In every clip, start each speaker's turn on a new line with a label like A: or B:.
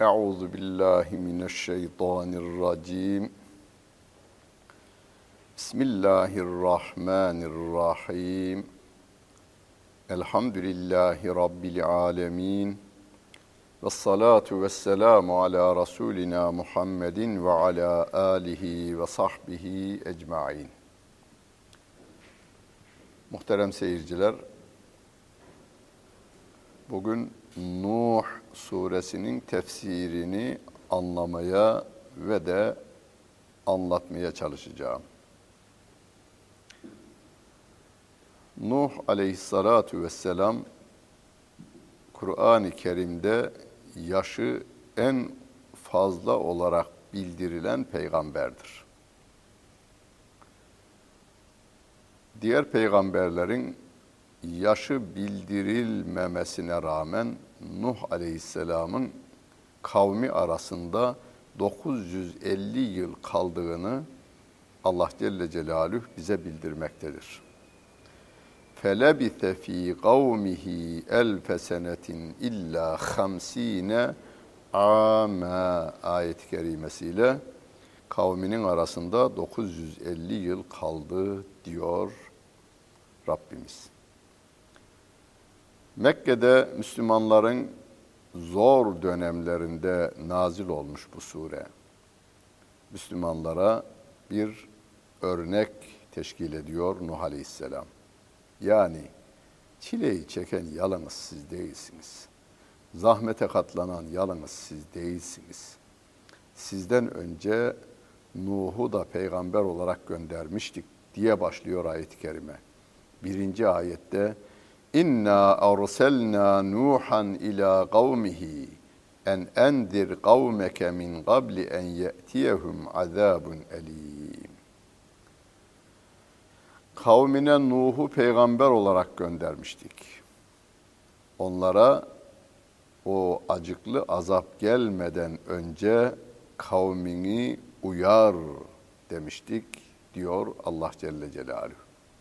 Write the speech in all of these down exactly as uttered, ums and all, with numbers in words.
A: Euzu billahi mineşşeytanirracim. Bismillahirrahmanirrahim. Elhamdülillahi Rabbil alemin. Vessalatu vesselamu ala Resulina Muhammedin ve ala alihi ve sahbihi ecmain. Muhterem seyirciler, bugün Nuh suresinin tefsirini anlamaya ve de anlatmaya çalışacağım. Nuh aleyhissalatu vesselam, Kur'an-ı Kerim'de yaşı en fazla olarak bildirilen peygamberdir. Diğer peygamberlerin yaşı bildirilmemesine rağmen Nuh Aleyhisselam'ın kavmi arasında dokuz yüz elli yıl kaldığını Allah Celle Celaluhu bize bildirmektedir. فَلَبِثَ ف۪ي قَوْمِهِ أَلْفَ سَنَةٍ اِلَّا خَمْس۪ينَ عَامًا ayet-i kerimesiyle kavminin arasında dokuz yüz elli yıl kaldı diyor Rabbimiz. Mekke'de Müslümanların zor dönemlerinde nazil olmuş bu sure. Müslümanlara bir örnek teşkil ediyor Nuh Aleyhisselam. Yani çileyi çeken yalnız siz değilsiniz. Zahmete katlanan yalnız siz değilsiniz. Sizden önce Nuh'u da peygamber olarak göndermiştik diye başlıyor ayet-i kerime. Birinci ayette İnna arsalna Nuhan ila kavmihi en endir kavmeke min qabli en ye'tiyehum azabun elim. Kavmine Nuh'u peygamber olarak göndermiştik. Onlara o acıklı azap gelmeden önce kavmini uyar demiştik diyor Allah Celle Celaluhu.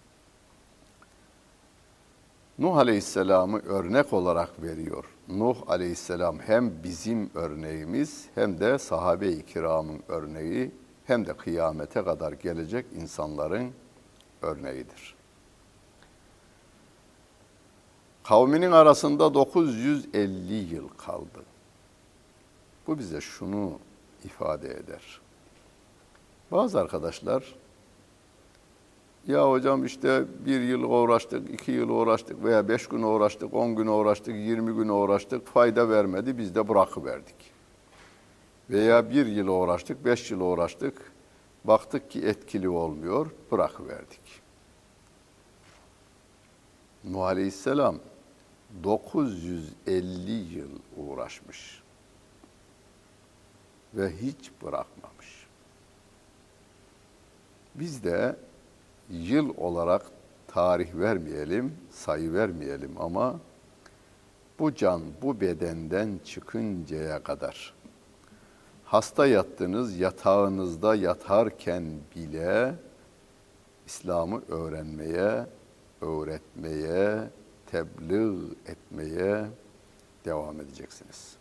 A: Nuh Aleyhisselam'ı örnek olarak veriyor. Nuh Aleyhisselam hem bizim örneğimiz hem de sahabe-i kiramın örneği hem de kıyamete kadar gelecek insanların örneğidir. Kavminin arasında dokuz yüz elli yıl kaldı. Bu bize şunu ifade eder. Bazı arkadaşlar, ya hocam işte bir yıl uğraştık, iki yıl uğraştık veya beş gün uğraştık, on gün uğraştık, yirmi gün uğraştık, fayda vermedi, biz de bırakıverdik. Veya bir yıl uğraştık, beş yıl uğraştık, baktık ki etkili olmuyor, bırakıverdik. Nuh Aleyhisselam dokuz yüz elli yıl uğraşmış ve hiç bırakmamış. Biz de yıl olarak tarih vermeyelim, sayı vermeyelim ama bu can bu bedenden çıkıncaya kadar hasta yattığınız yatağınızda yatarken bile İslam'ı öğrenmeye, öğretmeye, tebliğ etmeye devam edeceksiniz.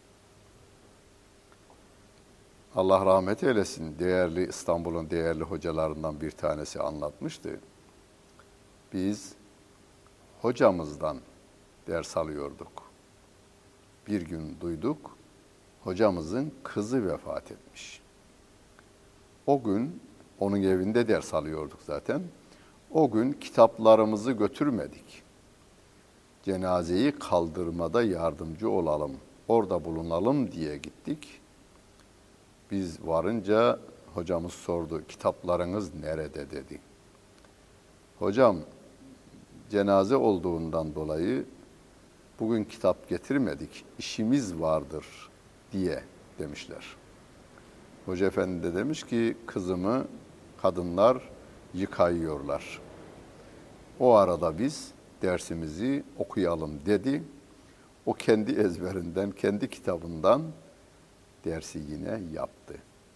A: Allah rahmet eylesin, değerli İstanbul'un değerli hocalarından bir tanesi anlatmıştı. Biz hocamızdan ders alıyorduk. Bir gün duyduk, hocamızın kızı vefat etmiş. O gün onun evinde ders alıyorduk zaten. O gün kitaplarımızı götürmedik. Cenazeyi kaldırmada yardımcı olalım, orada bulunalım diye gittik. Biz varınca hocamız sordu, kitaplarınız nerede dedi. Hocam, cenaze olduğundan dolayı bugün kitap getirmedik, işimiz vardır diye demişler. Hoca efendi de demiş ki, kızımı kadınlar yıkayıyorlar. O arada biz dersimizi okuyalım dedi. O kendi ezberinden, kendi kitabından dersi yine yaptı.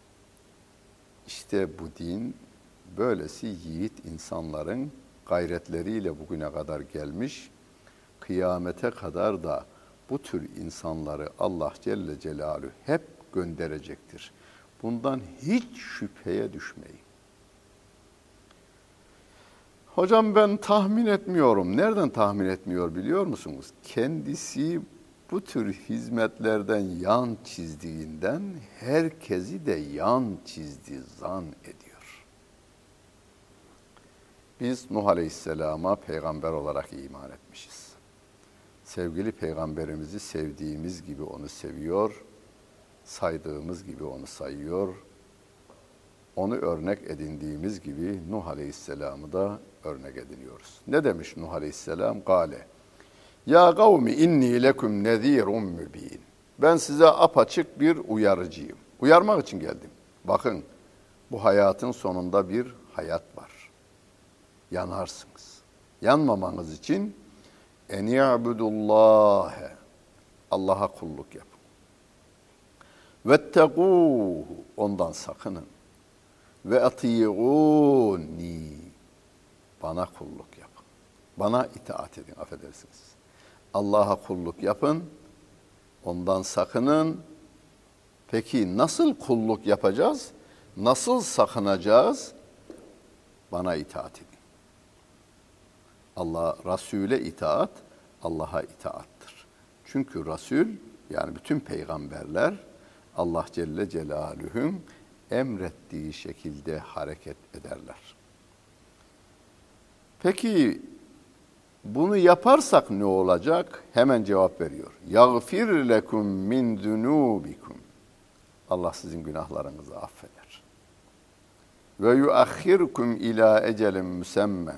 A: İşte bu din böylesi yiğit insanların gayretleriyle bugüne kadar gelmiş, kıyamete kadar da bu bu tür insanları Allah Celle Celaluhu hep gönderecektir. Bundan hiç şüpheye düşmeyin. Hocam ben tahmin etmiyorum. Nereden tahmin etmiyor biliyor musunuz? Kendisi bu tür hizmetlerden yan çizdiğinden herkesi de yan çizdi, zan ediyor. Biz Nuh Aleyhisselam'a peygamber olarak iman etmişiz. Sevgili peygamberimizi sevdiğimiz gibi onu seviyor, saydığımız gibi onu sayıyor, onu örnek edindiğimiz gibi Nuh Aleyhisselam'ı da örnek ediniyoruz. Ne demiş Nuh Aleyhisselam? Gale, ya kavmi inni lekum nezirun mübin. Ben size apaçık bir uyarıcıyım. Uyarmak için geldim. Bakın, bu hayatın sonunda bir hayat var. Yanarsınız. Yanmamanız için en ya'budullâhe, Allah'a kulluk yapın. Vettegûhu, ondan sakının. Ve ati'ûni, bana kulluk yapın. Bana itaat edin, affedersiniz. Allah'a kulluk yapın, ondan sakının. Peki nasıl kulluk yapacağız? Nasıl sakınacağız? Bana itaat edin. Allah, Resul'e itaat, Allah'a itaattır. Çünkü Resul, yani bütün peygamberler, Allah Celle Celaluhu'nun emrettiği şekilde hareket ederler. Peki bunu yaparsak ne olacak? Hemen cevap veriyor. يَغْفِرْ لَكُمْ مِنْ ذُنُوبِكُمْ. Allah sizin günahlarınızı affeder. وَيُؤَخِّرْكُمْ اِلَى اَجَلٍ مُسَمَّنٍ.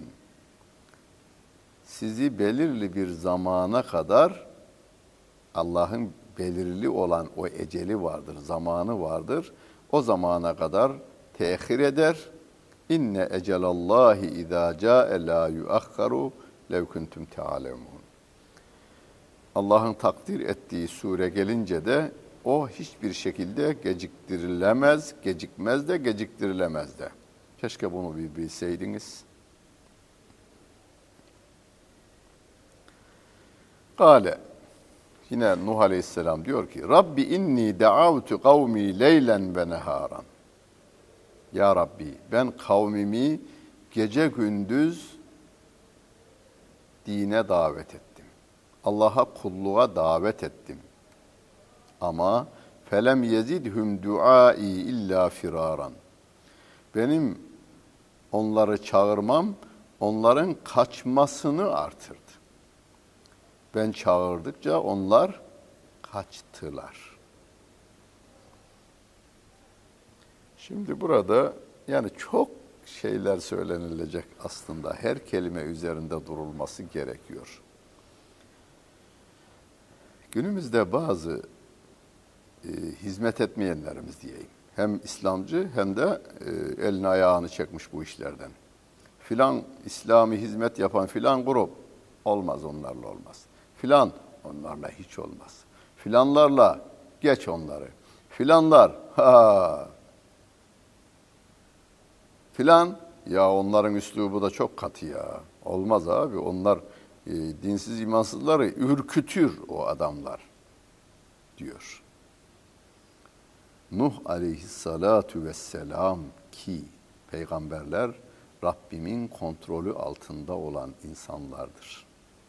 A: Sizi belirli bir zamana kadar, Allah'ın belirli olan o eceli vardır, zamanı vardır. O zamana kadar tehir eder. İnne ecelallahi izâ câe lâ yuakharu lev kuntum te'alemun. Allah'ın takdir ettiği sure gelince de o hiçbir şekilde geciktirilemez, gecikmez de geciktirilemez de. Keşke bunu bir bilseydiniz. Kale, yine Nuh Aleyhisselam diyor ki, Rabbi inni da'avtu kavmi leylen ve neharan. Ya Rabbi, ben kavmimi gece gündüz dine davet ettim. Allah'a kulluğa davet ettim. Ama felem yezidhum duai illa firaran. Benim onları çağırmam, onların kaçmasını artırdı. Ben çağırdıkça onlar kaçtılar. Şimdi burada yani çok şeyler söylenilecek aslında. Her kelime üzerinde durulması gerekiyor. Günümüzde bazı e, hizmet etmeyenlerimiz diyeyim. Hem İslamcı hem de e, elini ayağını çekmiş bu işlerden. Filan İslami hizmet yapan filan grup olmaz, onlarla olmaz. Filan onlarla hiç olmaz. Filanlarla geç onları. Filanlar ha filan ya onların üslubu da çok katı ya. Olmaz abi. Onlar e, dinsiz imansızları ürkütür o adamlar diyor. Nuh aleyhissalatu vesselam ki peygamberler Rabbimin kontrolü altında olan insanlardır.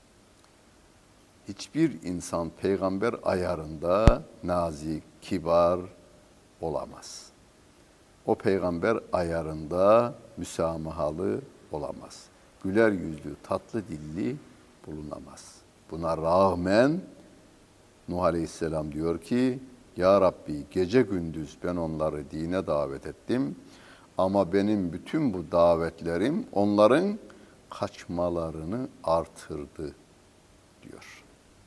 A: Hiçbir insan peygamber ayarında nazik, kibar olamaz. O peygamber ayarında müsamahalı olamaz. Güler yüzlü, tatlı dilli bulunamaz. Buna rağmen Nuh Aleyhisselam diyor ki, Ya Rabbi gece gündüz ben onları dine davet ettim ama benim bütün bu davetlerim onların kaçmalarını artırdı diyor.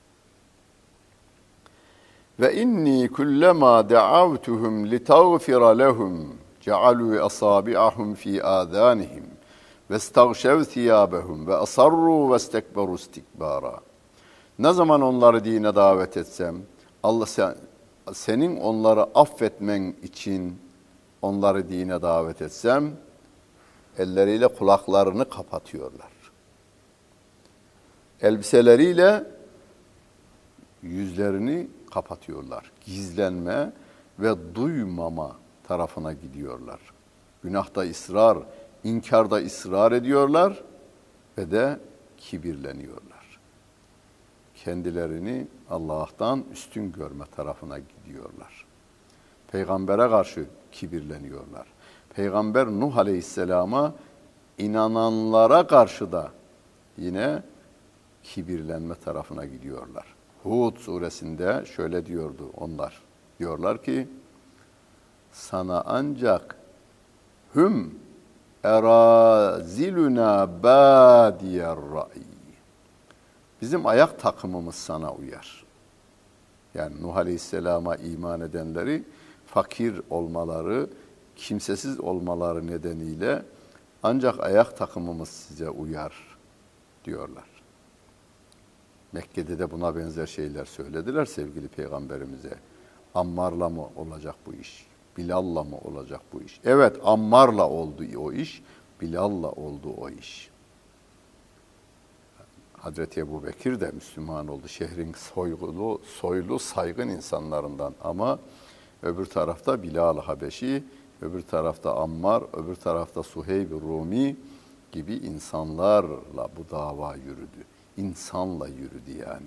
A: Ve inni kullama da'avtuhum litagfira lehum cealu asabi'ahum fi adanihim ve istagşev thiyabahum ve asarru ve istekberu istikbara. Ne zaman onları dine davet etsem, Allah sen, senin onları affetmen için onları dine davet etsem, elleriyle kulaklarını kapatıyorlar. Elbiseleriyle yüzlerini kapatıyorlar. Gizlenme ve duymama tarafına gidiyorlar. Günahta ısrar, inkarda ısrar ediyorlar ve de kibirleniyorlar. Kendilerini Allah'tan üstün görme tarafına gidiyorlar. Peygambere karşı kibirleniyorlar. Peygamber Nuh Aleyhisselam'a inananlara karşı da yine kibirlenme tarafına gidiyorlar. Hud suresinde şöyle diyordu onlar. Diyorlar ki sana ancak hüm eraziluna badiyer ra'i. Bizim ayak takımımız sana uyar. Yani Nuh Aleyhisselam'a iman edenleri fakir olmaları, kimsesiz olmaları nedeniyle ancak ayak takımımız size uyar diyorlar. Mekke'de de buna benzer şeyler söylediler sevgili Peygamberimize. Ammar'la mı olacak bu iş? Bilal'la mı olacak bu iş? Evet, Ammar'la oldu o iş, Bilal'la oldu o iş. Hazreti Ebubekir de Müslüman oldu. Şehrin soygulu, soylu, saygın insanlarından ama öbür tarafta Bilal-i Habeşi, öbür tarafta Ammar, öbür tarafta Suheyb-i Rumi gibi insanlarla bu dava yürüdü. İnsanla yürüdü yani.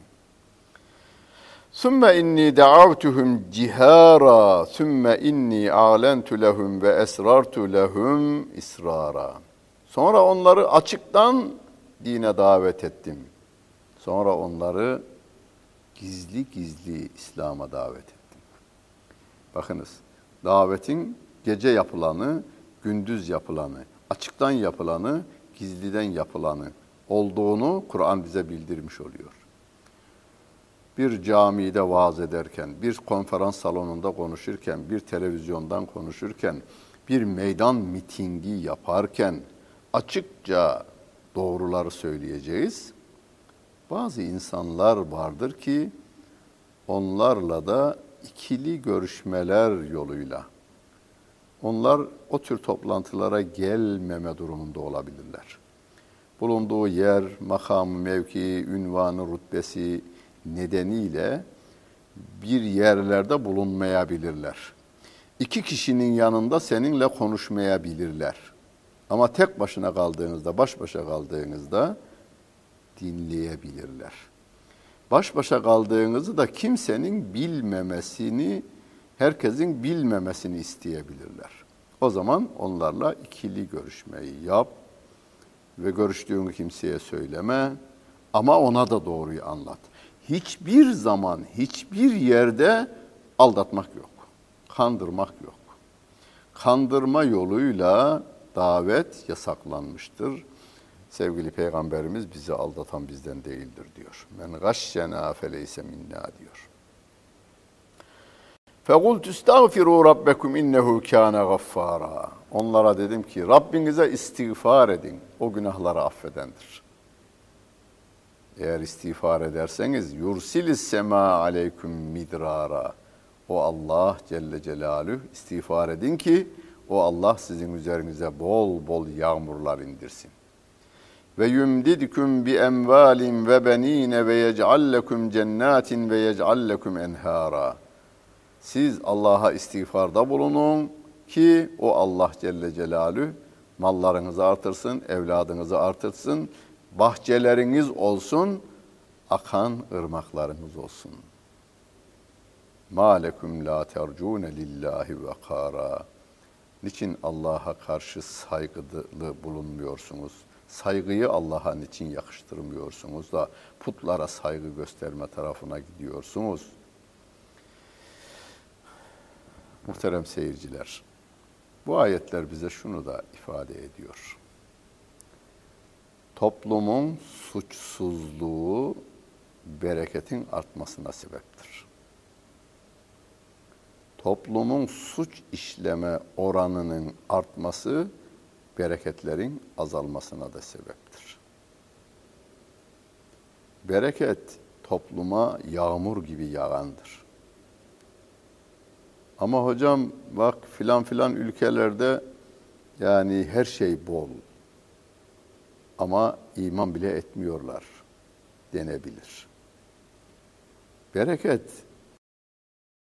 A: Sümme inni da'avtuhum cihara, sümme inni a'lentu lehum ve esrartu lehum israra. Sonra onları açıktan dine davet ettim. Sonra onları gizli gizli İslam'a davet ettim. Bakınız, davetin gece yapılanı, gündüz yapılanı, açıktan yapılanı, gizliden yapılanı olduğunu Kur'an bize bildirmiş oluyor. Bir camide vaaz ederken, bir konferans salonunda konuşurken, bir televizyondan konuşurken, bir meydan mitingi yaparken açıkça doğruları söyleyeceğiz. Bazı insanlar vardır ki onlarla da ikili görüşmeler yoluyla onlar o tür toplantılara gelmeme durumunda olabilirler. Bulunduğu yer, makam, mevki, ünvanı, rütbesi nedeniyle bir yerlerde bulunmayabilirler. İki kişinin yanında seninle konuşmayabilirler. Ama tek başına kaldığınızda, baş başa kaldığınızda dinleyebilirler. Baş başa kaldığınızı da kimsenin bilmemesini, herkesin bilmemesini isteyebilirler. O zaman onlarla ikili görüşmeyi yap ve görüştüğünü kimseye söyleme ama ona da doğruyu anlat. Hiçbir zaman, hiçbir yerde aldatmak yok, kandırmak yok. Kandırma yoluyla davet yasaklanmıştır. Sevgili Peygamberimiz bizi aldatan bizden değildir diyor. Men gashşena feleyse minna diyor. فَقُلْتُ اسْتَغْفِرُوا رَبَّكُمْ اِنَّهُ كَانَ غَفَّارًا. Onlara dedim ki Rabbinize istiğfar edin. O günahları affedendir. Eğer istiğfar ederseniz yursilis sema aleyküm midrara. O Allah Celle Celaluhu istiğfar edin ki o Allah sizin üzerinize bol bol yağmurlar indirsin. Ve yumdidkum bi emvalin ve benine ve yec'al lekum cennetin ve yec'al lekum enhara. Siz Allah'a istiğfarda bulunun ki o Allah Celle Celaluhu mallarınızı artırsın, evladınızı artırsın, bahçeleriniz olsun, akan ırmaklarınız olsun. مَا لَكُمْ لَا تَرْجُونَ لِلّٰهِ وَقَارًا. Niçin Allah'a karşı saygılı bulunmuyorsunuz? Saygıyı Allah'a niçin yakıştırmıyorsunuz da putlara saygı gösterme tarafına gidiyorsunuz? Muhterem seyirciler, bu ayetler bize şunu da ifade ediyor. Toplumun suçsuzluğu bereketin artmasına sebeptir. Toplumun suç işleme oranının artması bereketlerin azalmasına da sebeptir. Bereket topluma yağmur gibi yağandır. Ama hocam bak filan filan ülkelerde yani her şey bol ama iman bile etmiyorlar denebilir. bereket